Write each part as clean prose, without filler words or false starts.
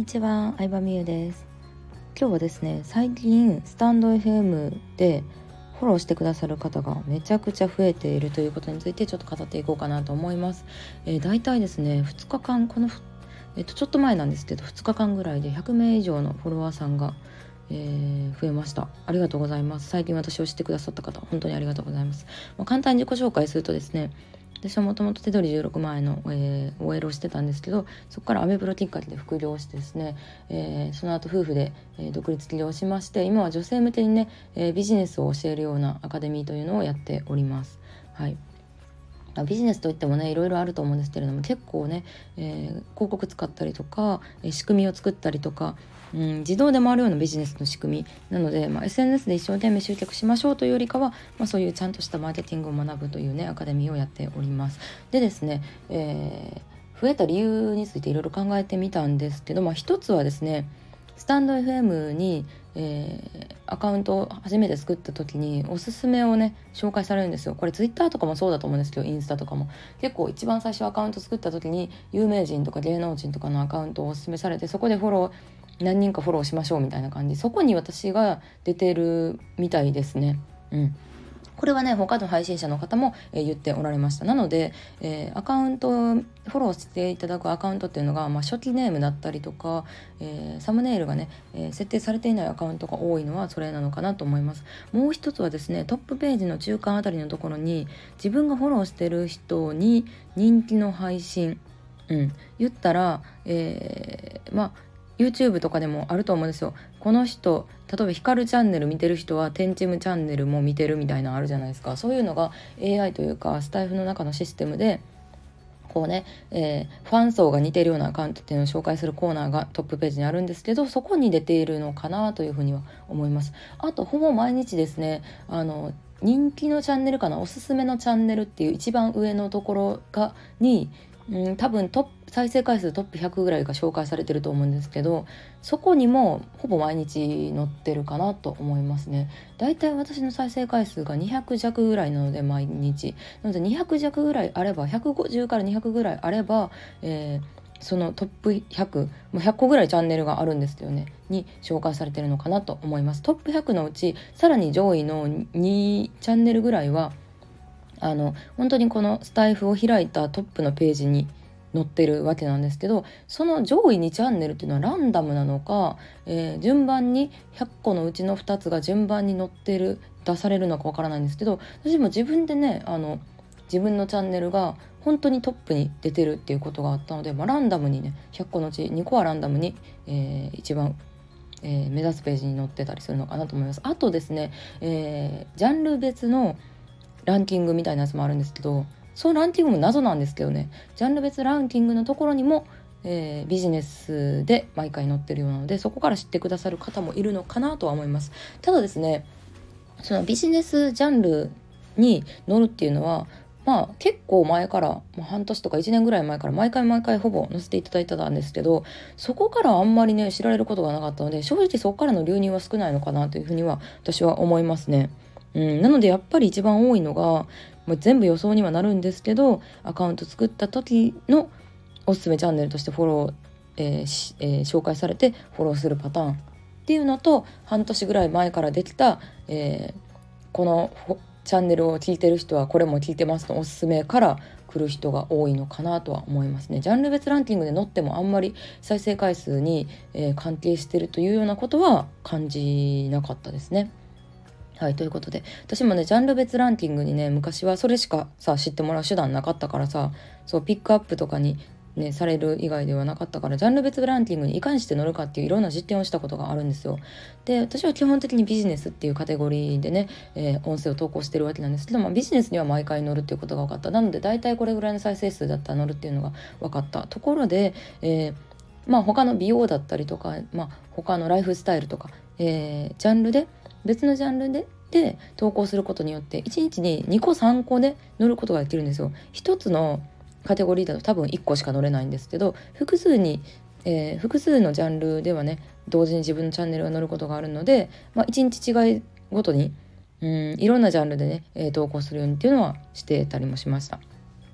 ちは、相葉美優です。今日はですね、最近スタンド FM でフォローしてくださる方がめちゃくちゃ増えているということについてちょっと語っていこうかなと思います。だいたいですね2日間ちょっと前なんですけど2日間ぐらいで100名以上のフォロワーさんが、増えました。ありがとうございます。最近私を知ってくださった方本当にありがとうございます。簡単に自己紹介するとですね、私はもともと手取り16万円の、OL をしてたんですけど、そこからアメブロきっかけで副業してですね、その後夫婦で、独立起業しまして、今は女性向けにね、ビジネスを教えるようなアカデミーというのをやっております。はい。ビジネスといってもねいろいろあると思うんですけれども、結構ね、広告使ったりとか、仕組みを作ったりとか、自動で回るようなビジネスの仕組みなので、SNS で一生懸命集客しましょうというよりかは、そういうちゃんとしたマーケティングを学ぶというねアカデミーをやっております。でですね、増えた理由についていろいろ考えてみたんですけど、一つはですね、スタンド FM に、アカウントを初めて作った時におすすめをね紹介されるんですよ。これツイッターとかもそうだと思うんですけど、インスタとかも結構一番最初アカウント作った時に有名人とか芸能人とかのアカウントをおすすめされて、そこで何人かフォローしましょうみたいな感じ、そこに私が出てるみたいですね。これはね他の配信者の方も、言っておられました。なので、アカウントフォローしていただくアカウントっていうのが、初期ネームだったりとか、サムネイルがね、設定されていないアカウントが多いのはそれなのかなと思います。もう一つはですね、トップページの中間あたりのところに自分がフォローしてる人に人気の配信、言ったら、YouTube とかでもあると思うんですよ。この人、例えばヒカルチャンネル見てる人はテンチムチャンネルも見てるみたいなのあるじゃないですか。そういうのが AI というかスタイフの中のシステムでこうね、ファン層が似てるようなアカウントっていうのを紹介するコーナーがトップページにあるんですけど、そこに出ているのかなというふうには思います。あとほぼ毎日ですね、人気のチャンネルかな、おすすめのチャンネルっていう一番上のところに多分再生回数トップ100ぐらいが紹介されてると思うんですけど、そこにもほぼ毎日載ってるかなと思いますね。だいたい私の再生回数が200弱ぐらいなので毎日なので、200弱ぐらいあれば150から200ぐらいあれば、そのトップ100、もう100個ぐらいチャンネルがあるんですよねに紹介されてるのかなと思います。トップ100のうちさらに上位の2チャンネルぐらいは本当にこのスタイフを開いたトップのページに載ってるわけなんですけど、その上位2チャンネルっていうのはランダムなのか、順番に100個のうちの2つが順番に出されるのかわからないんですけど、私も自分でね自分のチャンネルが本当にトップに出てるっていうことがあったので、ランダムにね100個のうち2個はランダムに、一番目指すページに載ってたりするのかなと思います。あとですね、ジャンル別のランキングみたいなやつもあるんですけど、そのランキングも謎なんですけどね、ジャンル別ランキングのところにも、ビジネスで毎回載ってるようなので、そこから知ってくださる方もいるのかなとは思います。ただですね、そのビジネスジャンルに載るっていうのは結構前から、半年とか1年ぐらい前から毎回ほぼ載せていただいてたんですけど、そこからあんまりね知られることがなかったので、正直そこからの流入は少ないのかなというふうには私は思いますね。なのでやっぱり一番多いのが、全部予想にはなるんですけど、アカウント作った時のおすすめチャンネルとしてフォロー、紹介されてフォローするパターンっていうのと、半年ぐらい前からできた、このチャンネルを聞いてる人はこれも聞いてますのおすすめから来る人が多いのかなとは思いますね。ジャンル別ランキングで載ってもあんまり再生回数に、関係してるというようなことは感じなかったですね。はい、ということで私もねジャンル別ランキングにね、昔はそれしか知ってもらう手段なかったからそうピックアップとかにねされる以外ではなかったから、ジャンル別ランキングにいかにして乗るかっていういろんな実験をしたことがあるんですよ。で私は基本的にビジネスっていうカテゴリーでね、音声を投稿してるわけなんですけど、ビジネスには毎回乗るっていうことが分かった。なので大体これぐらいの再生数だったら乗るっていうのが分かったところで、他の美容だったりとか、他のライフスタイルとか、別のジャンルで投稿することによって1日に2個3個で乗ることができるんですよ。一つのカテゴリーだと多分1個しか乗れないんですけど、複数のジャンルではね同時に自分のチャンネルが乗ることがあるので、1日違いごとにいろんなジャンルでね、投稿するようにっていうのはしてたりもしました。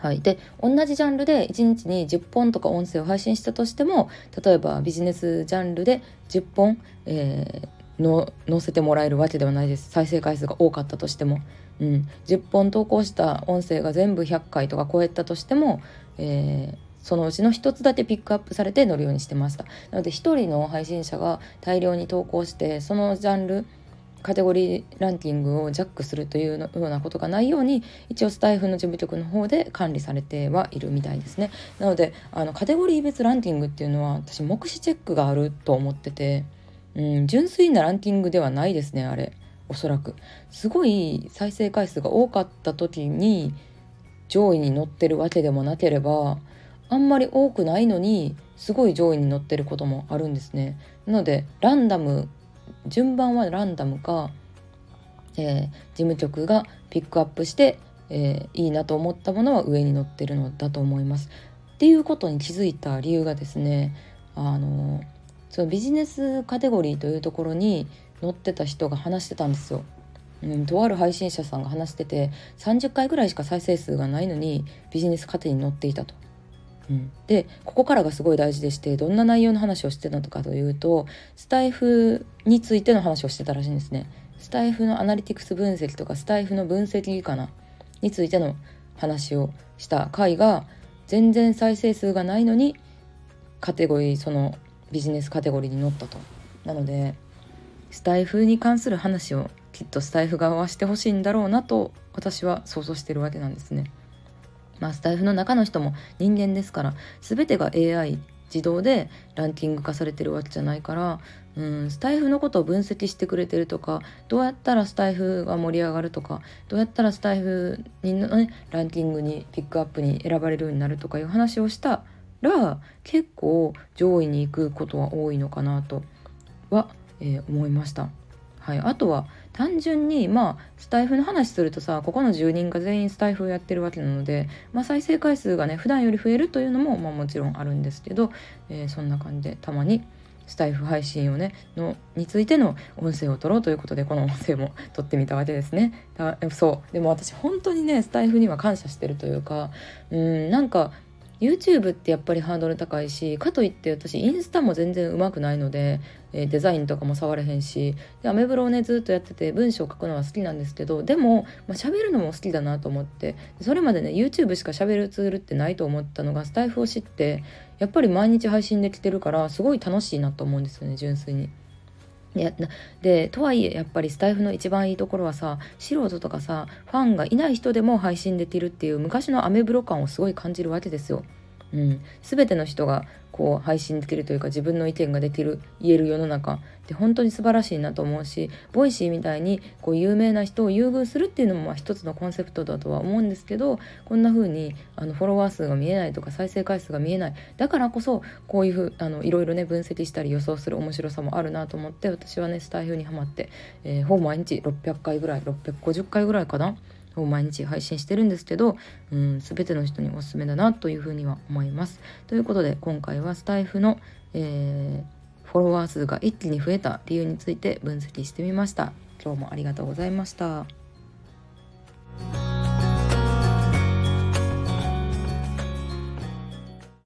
はい、で同じジャンルで1日に10本とか音声を配信したとしても、例えばビジネスジャンルで10本、載せてもらえるわけではないです。再生回数が多かったとしても、10本投稿した音声が全部100回とか超えたとしても、そのうちの一つだけピックアップされて載るようにしてました。なので一人の配信者が大量に投稿して、そのジャンルカテゴリーランキングをジャックするというようなことがないように、一応スタイフの事務局の方で管理されてはいるみたいですね。なのでカテゴリー別ランキングっていうのは私目視チェックがあると思ってて、純粋なランキングではないですね。あれおそらくすごい再生回数が多かった時に上位に載ってるわけでもなければ、あんまり多くないのにすごい上位に載ってることもあるんですね。なので順番はランダムか、事務局がピックアップして、いいなと思ったものは上に載ってるのだと思います。っていうことに気づいた理由がですね、そのビジネスカテゴリーというところに載ってた人が話してたんですよ。とある配信者さんが話してて、30回ぐらいしか再生数がないのにビジネスカテに載っていたと。でここからがすごい大事でして、どんな内容の話をしてたのかというと、スタイフについての話をしてたらしいんですね。スタイフのアナリティクス分析とかスタイフの分析かなについての話をした回が、全然再生数がないのにカテゴリー、そのビジネスカテゴリーに載ったと。なのでスタイフに関する話をきっとスタイフ側はしてほしいんだろうなと私は想像してるわけなんですね。スタイフの中の人も人間ですから、全てが AI 自動でランキング化されてるわけじゃないから、スタイフのことを分析してくれてるとか、どうやったらスタイフが盛り上がるとか、どうやったらスタイフの、ランキングにピックアップに選ばれるようになるとかいう話をしたら、結構上位に行くことは多いのかなとは、思いました。はい、あとは単純にスタイフの話するとさ、ここの住人が全員スタイフをやってるわけなので、再生回数がね普段より増えるというのももちろんあるんですけど、そんな感じでたまにスタイフ配信をねについての音声を取ろうということで、この音声も取ってみたわけですね。そうでも私本当にねスタイフには感謝してるというか、なんかYouTube ってやっぱりハードル高いし、かといって私インスタも全然上手くないので、デザインとかも触れへんし、でアメブロをねずっとやってて文章を書くのは好きなんですけど、でも喋るのも好きだなと思って、それまでね YouTube しか喋るツールってないと思ったのが、スタイフを知ってやっぱり毎日配信できてるからすごい楽しいなと思うんですよね、純粋に。とはいえやっぱりスタイフの一番いいところはさ、素人とかさファンがいない人でも配信できるっていう昔のアメブロ感をすごい感じるわけですよ。全ての人がこう配信できるというか、自分の意見が言える世の中って本当に素晴らしいなと思うし、ボイシーみたいにこう有名な人を優遇するっていうのも一つのコンセプトだとは思うんですけど、こんな風にフォロワー数が見えないとか再生回数が見えない、だからこそこういういろいろね分析したり予想する面白さもあるなと思って、私はねスタイフにハマって、ほぼ毎日600回ぐらい650回ぐらいかなを毎日配信してるんですけど、全ての人におすすめだなというふうには思います。ということで今回はスタイフの、フォロワー数が一気に増えた理由について分析してみました。今日もありがとうございました。